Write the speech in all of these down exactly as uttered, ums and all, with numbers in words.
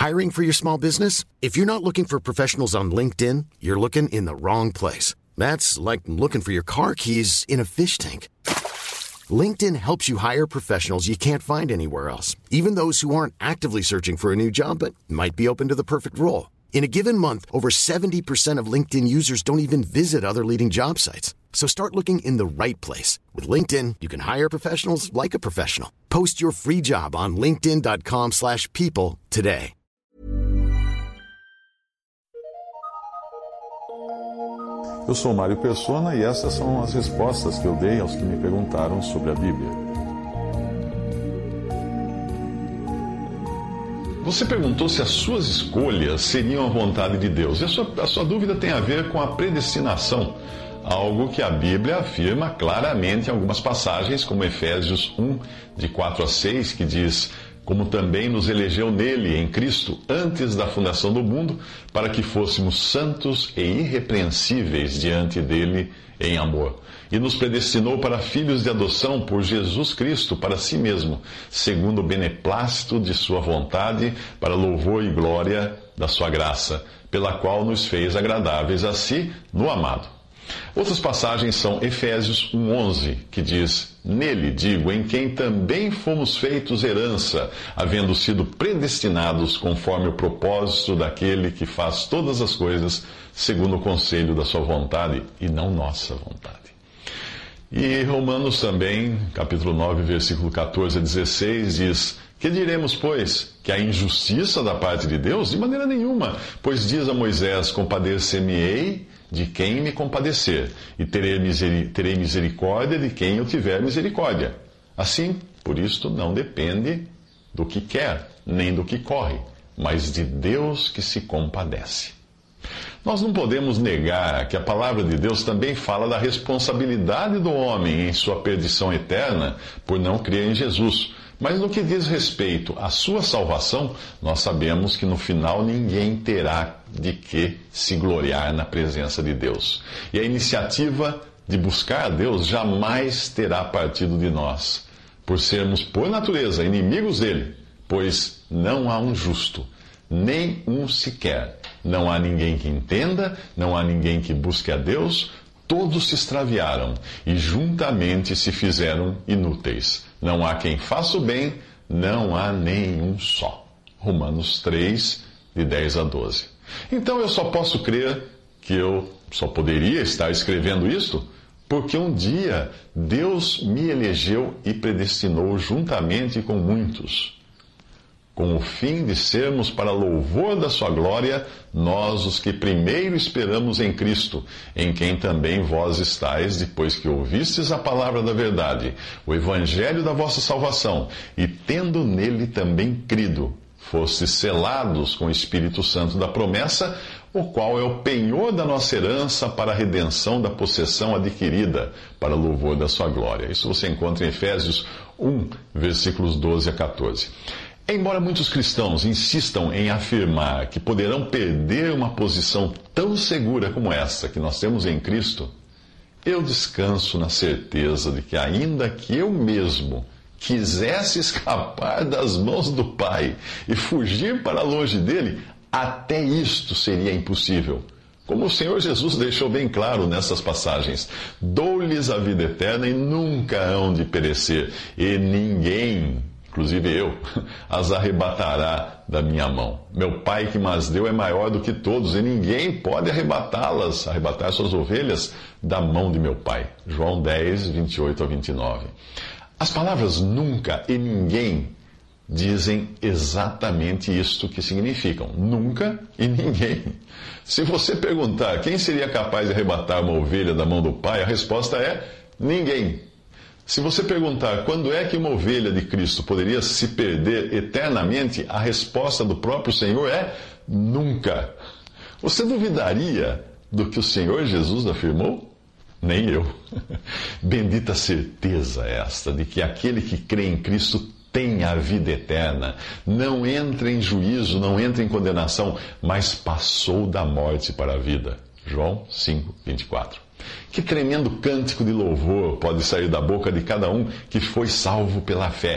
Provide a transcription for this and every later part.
Hiring for your small business? If you're not looking for professionals on LinkedIn, you're looking in the wrong place. That's like looking for your car keys in a fish tank. LinkedIn helps you hire professionals you can't find anywhere else, even those who aren't actively searching for a new job but might be open to the perfect role. In a given month, over seventy percent of LinkedIn users don't even visit other leading job sites. So start looking in the right place. With LinkedIn, you can hire professionals like a professional. Post your free job on linkedin dot com slash people today. Eu sou Mário Persona e essas são as respostas que eu dei aos que me perguntaram sobre a Bíblia. Você perguntou se as suas escolhas seriam a vontade de Deus. E a sua, a sua dúvida tem a ver com a predestinação, algo que a Bíblia afirma claramente em algumas passagens, como Efésios um, de quatro a seis, que diz: como também nos elegeu nele, em Cristo, antes da fundação do mundo, para que fôssemos santos e irrepreensíveis diante dele em amor. E nos predestinou para filhos de adoção por Jesus Cristo, para si mesmo, segundo o beneplácito de sua vontade, para louvor e glória da sua graça, pela qual nos fez agradáveis a si no amado. Outras passagens são Efésios um, onze, que diz: nele, digo, em quem também fomos feitos herança, havendo sido predestinados conforme o propósito daquele que faz todas as coisas segundo o conselho da sua vontade e não nossa vontade. E Romanos também, capítulo nove, versículo catorze a dezesseis, diz: que diremos, pois? Que a injustiça da parte de Deus? De maneira nenhuma, pois diz a Moisés: compadecer-me-ei de quem me compadecer, e terei, miseri- terei misericórdia de quem eu tiver misericórdia. Assim, por isto, não depende do que quer, nem do que corre, mas de Deus que se compadece. Nós não podemos negar que a palavra de Deus também fala da responsabilidade do homem em sua perdição eterna por não crer em Jesus. Mas no que diz respeito à sua salvação, nós sabemos que no final ninguém terá de que se gloriar na presença de Deus. E a iniciativa de buscar a Deus jamais terá partido de nós, por sermos, por natureza, inimigos dele, pois não há um justo, nem um sequer. Não há ninguém que entenda, não há ninguém que busque a Deus. Todos se extraviaram e juntamente se fizeram inúteis. Não há quem faça o bem, não há nenhum só. Romanos três, de dez a doze. Então eu só posso crer que eu só poderia estar escrevendo isto porque um dia Deus me elegeu e predestinou juntamente com muitos, com o fim de sermos para louvor da sua glória, nós os que primeiro esperamos em Cristo, em quem também vós estáis, depois que ouvistes a palavra da verdade, o evangelho da vossa salvação, e tendo nele também crido, fostes selados com o Espírito Santo da promessa, o qual é o penhor da nossa herança para a redenção da possessão adquirida, para louvor da sua glória. Isso você encontra em Efésios um, versículos doze a catorze. Embora muitos cristãos insistam em afirmar que poderão perder uma posição tão segura como essa que nós temos em Cristo, eu descanso na certeza de que, ainda que eu mesmo quisesse escapar das mãos do Pai e fugir para longe dele, até isto seria impossível. Como o Senhor Jesus deixou bem claro nessas passagens: dou-lhes a vida eterna e nunca hão de perecer, e ninguém, inclusive eu, as arrebatará da minha mão. Meu Pai que mas deu é maior do que todos, e ninguém pode arrebatá-las, arrebatar suas ovelhas da mão de meu Pai. João dez, vinte e oito a vinte e nove. As palavras nunca e ninguém dizem exatamente isto que significam: nunca e ninguém. Se você perguntar quem seria capaz de arrebatar uma ovelha da mão do Pai, a resposta é ninguém. Se você perguntar quando é que uma ovelha de Cristo poderia se perder eternamente, a resposta do próprio Senhor é nunca. Você duvidaria do que o Senhor Jesus afirmou? Nem eu. Bendita certeza esta de que aquele que crê em Cristo tem a vida eterna, não entra em juízo, não entra em condenação, mas passou da morte para a vida. João cinco, vinte e quatro. Que tremendo cântico de louvor pode sair da boca de cada um que foi salvo pela fé.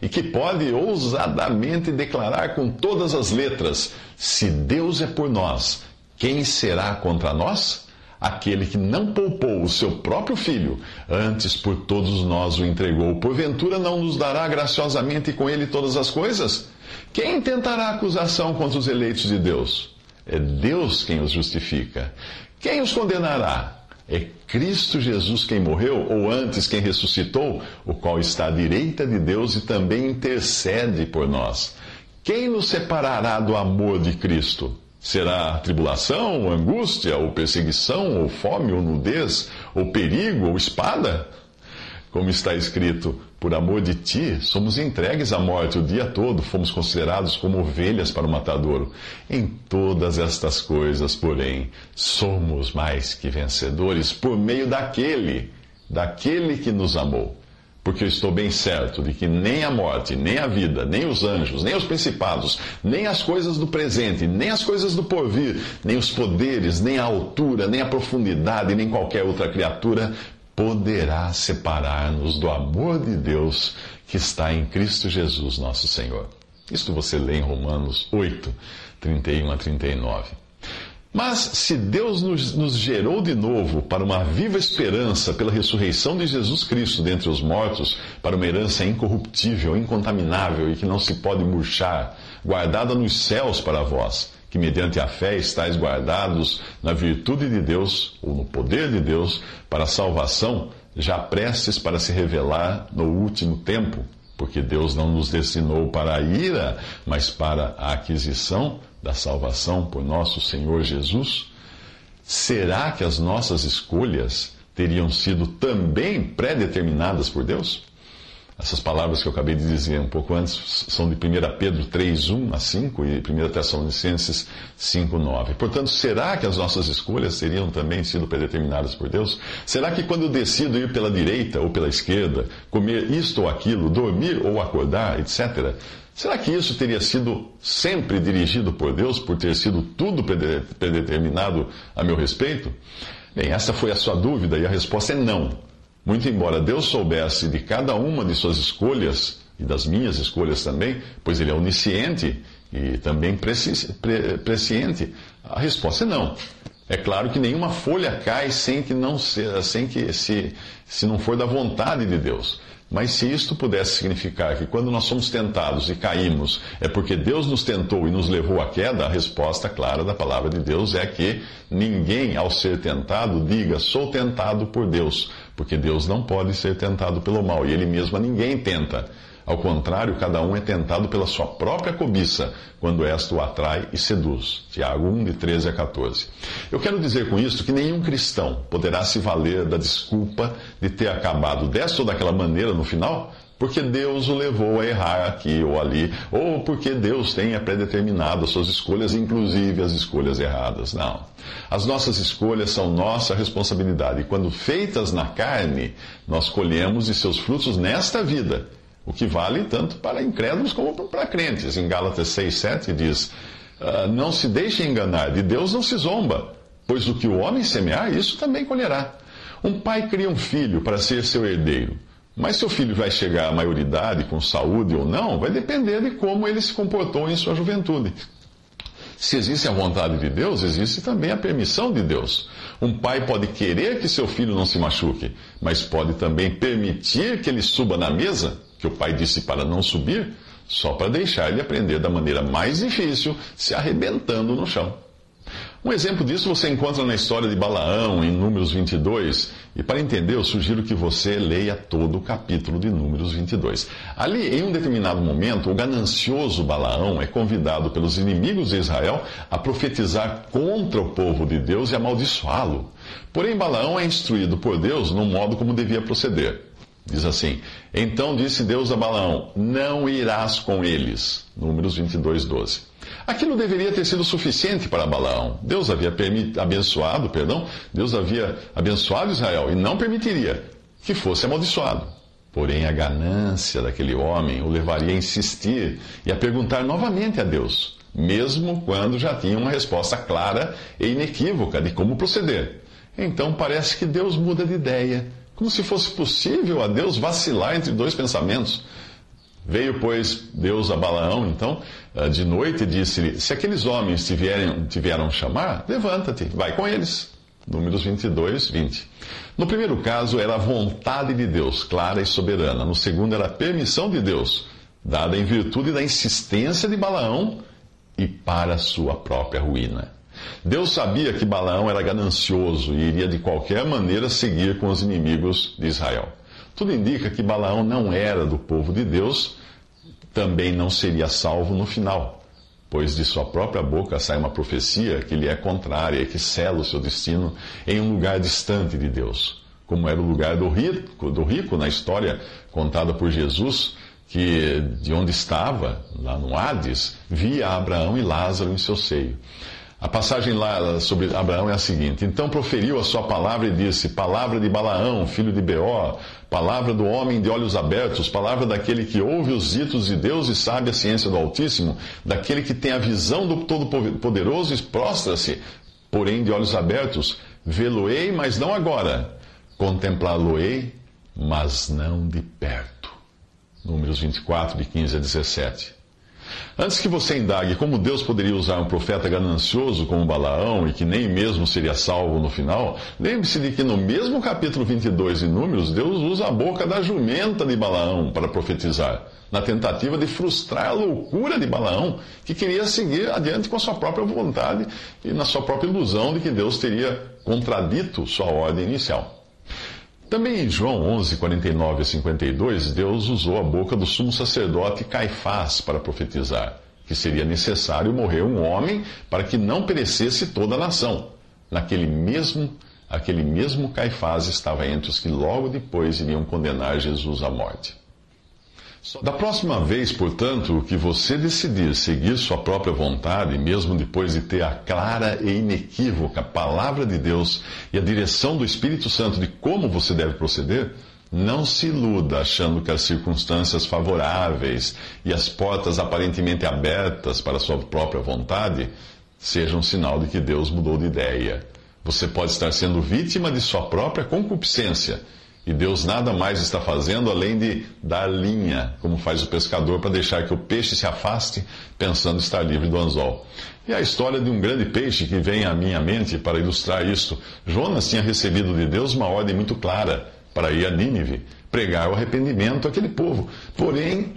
e que pode ousadamente declarar com todas as letras: se Deus é por nós, quem será contra nós? Aquele que não poupou o seu próprio filho, antes por todos nós o entregou, porventura não nos dará graciosamente com ele todas as coisas? Quem tentará acusação contra os eleitos de Deus? É Deus quem os justifica. Quem os condenará? É Cristo Jesus quem morreu, ou antes quem ressuscitou, o qual está à direita de Deus e também intercede por nós. Quem nos separará do amor de Cristo? Será tribulação, ou angústia, ou perseguição, ou fome, ou nudez, ou perigo, ou espada? Como está escrito, por amor de ti, somos entregues à morte o dia todo, fomos considerados como ovelhas para o matadouro. Em todas estas coisas, porém, somos mais que vencedores por meio daquele, daquele que nos amou. Porque eu estou bem certo de que nem a morte, nem a vida, nem os anjos, nem os principados, nem as coisas do presente, nem as coisas do porvir, nem os poderes, nem a altura, nem a profundidade, nem qualquer outra criatura poderá separar-nos do amor de Deus que está em Cristo Jesus, nosso Senhor. Isto você lê em Romanos oito, trinta e um a trinta e nove. Mas se Deus nos, nos gerou de novo para uma viva esperança pela ressurreição de Jesus Cristo dentre os mortos, para uma herança incorruptível, incontaminável e que não se pode murchar, guardada nos céus para vós, que mediante a fé estáis guardados na virtude de Deus, ou no poder de Deus, para a salvação, já prestes para se revelar no último tempo, porque Deus não nos destinou para a ira, mas para a aquisição da salvação por nosso Senhor Jesus? Será que as nossas escolhas teriam sido também pré-determinadas por Deus? Essas palavras que eu acabei de dizer um pouco antes são de primeira Pedro três, um a cinco e primeira Tessalonicenses cinco, nove. Portanto, será que as nossas escolhas teriam também sido predeterminadas por Deus? Será que quando eu decido ir pela direita ou pela esquerda, comer isto ou aquilo, dormir ou acordar, etcétera, será que isso teria sido sempre dirigido por Deus, por ter sido tudo predeterminado a meu respeito? Bem, essa foi a sua dúvida e a resposta é não. Muito embora Deus soubesse de cada uma de suas escolhas, e das minhas escolhas também, pois Ele é onisciente e também presciente, a resposta é não. É claro que nenhuma folha cai sem que não seja, sem que se, se não for da vontade de Deus. Mas se isto pudesse significar que quando nós somos tentados e caímos, é porque Deus nos tentou e nos levou à queda, a resposta clara da palavra de Deus é que ninguém, ao ser tentado, diga, sou tentado por Deus, porque Deus não pode ser tentado pelo mal, e Ele mesmo a ninguém tenta. Ao contrário, cada um é tentado pela sua própria cobiça, quando esta o atrai e seduz. Tiago um, de treze a quatorze. Eu quero dizer com isto que nenhum cristão poderá se valer da desculpa de ter acabado desta ou daquela maneira no final, porque Deus o levou a errar aqui ou ali, ou porque Deus tenha predeterminado as suas escolhas, inclusive as escolhas erradas. Não. As nossas escolhas são nossa responsabilidade, e quando feitas na carne, nós colhemos de seus frutos nesta vida. O que vale tanto para incrédulos como para crentes. Em Gálatas seis, sete diz, ah, não se deixe enganar, de Deus não se zomba, pois o que o homem semear, isso também colherá. Um pai cria um filho para ser seu herdeiro, mas se o filho vai chegar à maioridade com saúde ou não, vai depender de como ele se comportou em sua juventude. Se existe a vontade de Deus, existe também a permissão de Deus. Um pai pode querer que seu filho não se machuque, mas pode também permitir que ele suba na mesa, que o pai disse para não subir, só para deixar ele aprender da maneira mais difícil, se arrebentando no chão. Um exemplo disso você encontra na história de Balaão, em Números vinte e dois, e para entender eu sugiro que você leia todo o capítulo de Números vinte e dois. Ali, em um determinado momento, o ganancioso Balaão é convidado pelos inimigos de Israel a profetizar contra o povo de Deus e amaldiçoá-lo. Porém, Balaão é instruído por Deus no modo como devia proceder. Diz assim, então disse Deus a Balaão, não irás com eles. Números vinte e dois, doze. Aquilo deveria ter sido suficiente para Balaão. Deus havia permit... abençoado, perdão, Deus havia abençoado Israel e não permitiria que fosse amaldiçoado. Porém, a ganância daquele homem o levaria a insistir e a perguntar novamente a Deus, mesmo quando já tinha uma resposta clara e inequívoca de como proceder. Então parece que Deus muda de ideia, como se fosse possível a Deus vacilar entre dois pensamentos. Veio, pois, Deus a Balaão, então, de noite, e disse-lhe: se aqueles homens te vieram, te vieram chamar, levanta-te, vai com eles. Números vinte e dois, vinte. No primeiro caso, era a vontade de Deus, clara e soberana. No segundo, era a permissão de Deus, dada em virtude da insistência de Balaão e para sua própria ruína. Deus sabia que Balaão era ganancioso e iria de qualquer maneira seguir com os inimigos de Israel. Tudo indica que Balaão não era do povo de Deus, também não seria salvo no final, pois de sua própria boca sai uma profecia que lhe é contrária e que sela o seu destino em um lugar distante de Deus, como era o lugar do rico, do rico na história contada por Jesus, que de onde estava, lá no Hades, via Abraão e Lázaro em seu seio. A passagem lá sobre Abraão é a seguinte: então proferiu a sua palavra e disse: palavra de Balaão, filho de Beor, palavra do homem de olhos abertos, palavra daquele que ouve os ditos de Deus e sabe a ciência do Altíssimo, daquele que tem a visão do Todo-Poderoso e prostra-se, porém de olhos abertos, vê-lo-ei, mas não agora, contemplá-lo-ei, mas não de perto. Números vinte e quatro, de quinze a dezessete. Antes que você indague como Deus poderia usar um profeta ganancioso como Balaão e que nem mesmo seria salvo no final, lembre-se de que no mesmo capítulo vinte e dois de Números, Deus usa a boca da jumenta de Balaão para profetizar, na tentativa de frustrar a loucura de Balaão, que queria seguir adiante com a sua própria vontade e na sua própria ilusão de que Deus teria contradito sua ordem inicial. Também em João onze, quarenta e nove a cinquenta e dois, Deus usou a boca do sumo sacerdote Caifás para profetizar que seria necessário morrer um homem para que não perecesse toda a nação. Naquele mesmo, aquele mesmo Caifás estava entre os que logo depois iriam condenar Jesus à morte. Da próxima vez, portanto, que você decidir seguir sua própria vontade, mesmo depois de ter a clara e inequívoca palavra de Deus e a direção do Espírito Santo de como você deve proceder, não se iluda achando que as circunstâncias favoráveis e as portas aparentemente abertas para a sua própria vontade sejam um sinal de que Deus mudou de ideia. Você pode estar sendo vítima de sua própria concupiscência. E Deus nada mais está fazendo além de dar linha, como faz o pescador, para deixar que o peixe se afaste, pensando estar livre do anzol. E a história de um grande peixe que vem à minha mente para ilustrar isto. Jonas tinha recebido de Deus uma ordem muito clara para ir a Nínive, pregar o arrependimento àquele povo. Porém,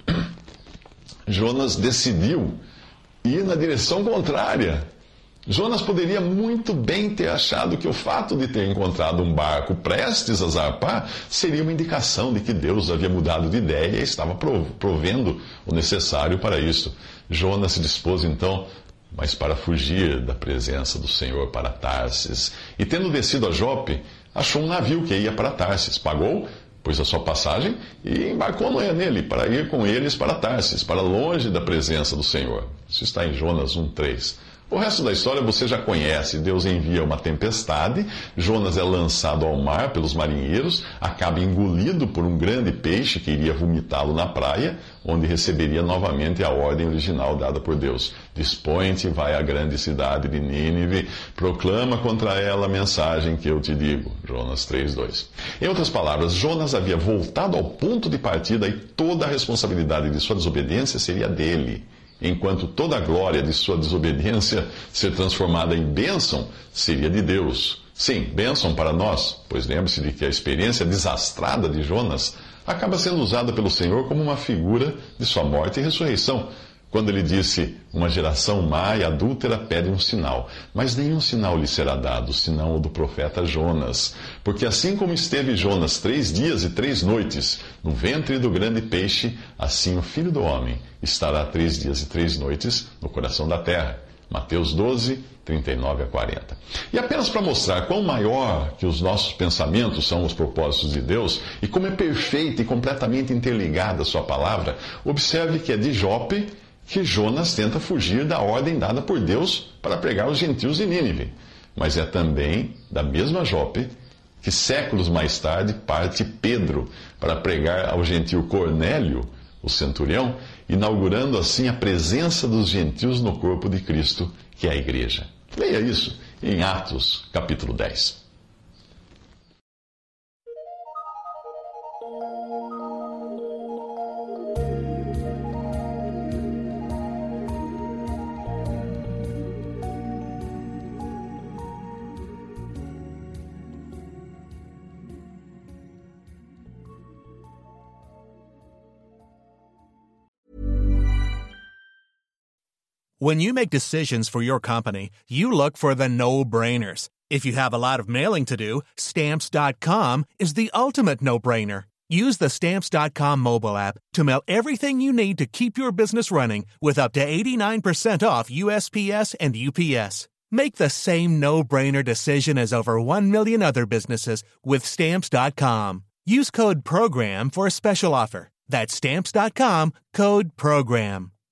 Jonas decidiu ir na direção contrária. Jonas poderia muito bem ter achado que o fato de ter encontrado um barco prestes a zarpar seria uma indicação de que Deus havia mudado de ideia e estava provendo o necessário para isso. Jonas se dispôs então, mas para fugir da presença do Senhor para Tarsis. E tendo descido a Jope, achou um navio que ia para Tarsis. Pagou, pôs a sua passagem e embarcou nele para ir com eles para Tarsis, para longe da presença do Senhor. Isso está em Jonas um, três. O resto da história você já conhece. Deus envia uma tempestade, Jonas é lançado ao mar pelos marinheiros, acaba engolido por um grande peixe que iria vomitá-lo na praia, onde receberia novamente a ordem original dada por Deus. Dispõe-te, vai à grande cidade de Nínive, proclama contra ela a mensagem que eu te digo. Jonas três, dois. Em outras palavras, Jonas havia voltado ao ponto de partida e toda a responsabilidade de sua desobediência seria dele, enquanto toda a glória de sua desobediência ser transformada em bênção seria de Deus. Sim, bênção para nós, pois lembre-se de que a experiência desastrada de Jonas acaba sendo usada pelo Senhor como uma figura de sua morte e ressurreição, quando ele disse: uma geração má e adúltera pede um sinal, mas nenhum sinal lhe será dado, senão o do profeta Jonas. Porque assim como esteve Jonas três dias e três noites no ventre do grande peixe, assim o Filho do Homem estará três dias e três noites no coração da terra. Mateus doze, trinta e nove a quarenta. E apenas para mostrar quão maior que os nossos pensamentos são os propósitos de Deus, e como é perfeita e completamente interligada a sua palavra, observe que é de Jope que Jonas tenta fugir da ordem dada por Deus para pregar aos gentios de Nínive. Mas é também da mesma Jope que séculos mais tarde parte Pedro para pregar ao gentio Cornélio, o centurião, inaugurando assim a presença dos gentios no corpo de Cristo, que é a igreja. Leia isso em Atos, capítulo dez. When you make decisions for your company, you look for the no-brainers. If you have a lot of mailing to do, Stamps dot com is the ultimate no-brainer. Use the Stamps dot com mobile app to mail everything you need to keep your business running with up to eighty-nine percent off U S P S and U P S. Make the same no-brainer decision as over one million other businesses with Stamps dot com. Use code PROGRAM for a special offer. That's Stamps dot com, code PROGRAM.